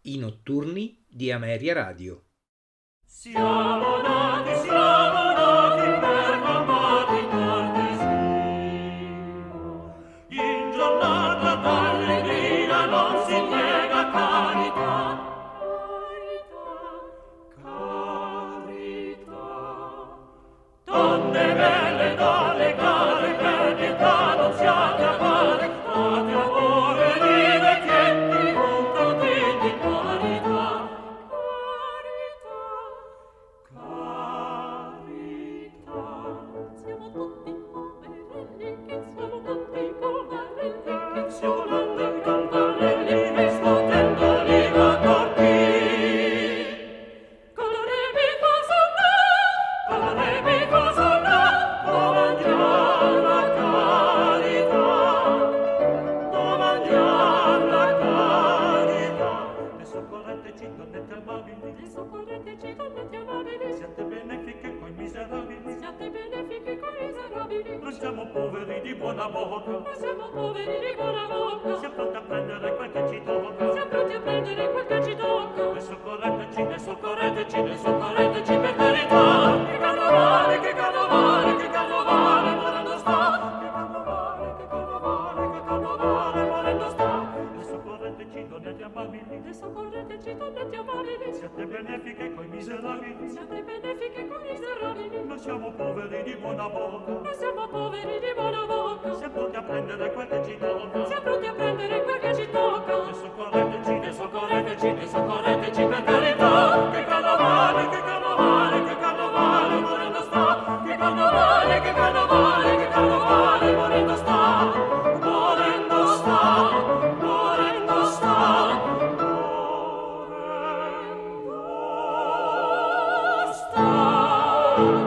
I notturni di Ameria Radio. Siamo nati per campati cortesia. In giornata d'allegria non si niega carità. Donne belle, donne care, per pietà non siate avare, fate amore di vecchietti, un cantin di carità. Siamo tutti poverelli, che siamo tutti poverelli, siamo tutti campanelli, e scuotendo li raccordi. Con la re mi fa sonno, con la re mi fa sonno, domandiamo la carità, domandiamo la carità. E soccorreteci, donnette amabili, e soccorreteci, donnette amabili, siate benefiche coi miserabili, siate benefiche coi miserabili. Non siamo poveri di buona bocca, non siamo poveri di buona bocca, siamo pronti a prendere quel che ci tocca, siamo pronti a prendere quel che ci tocca. E soccorreteci, e soccorreteci, e soccorreteci per carità. Che carnovale, che carnovale, che carnovale, morendo sta. Che carnovale, che carnovale, che carnovale, morendo sta. E soccorreteci, donnette amabili, e soccorreteci, donnette amabili, siate benefiche coi miserabili, siate benefiche coi miserabili. Non siamo poveri di buona bocca, non siamo poveri di buona bocca, siamo pronti a prendere quel che ci tocca, siamo pronti a prendere quel che ci tocca. E soccorreteci, e soccorreteci, e soccorreteci per carità. Che carnovale, che carnovale, che carnovale, morendo sta. Che carnovale, che carnovale, che carnovale, morendo sta. Morendo sta, morendo sta, morendo sta.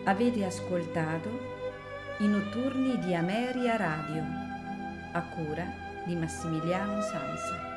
Avete ascoltato I notturni di Ameria Radio, a cura di Massimiliano Sanza.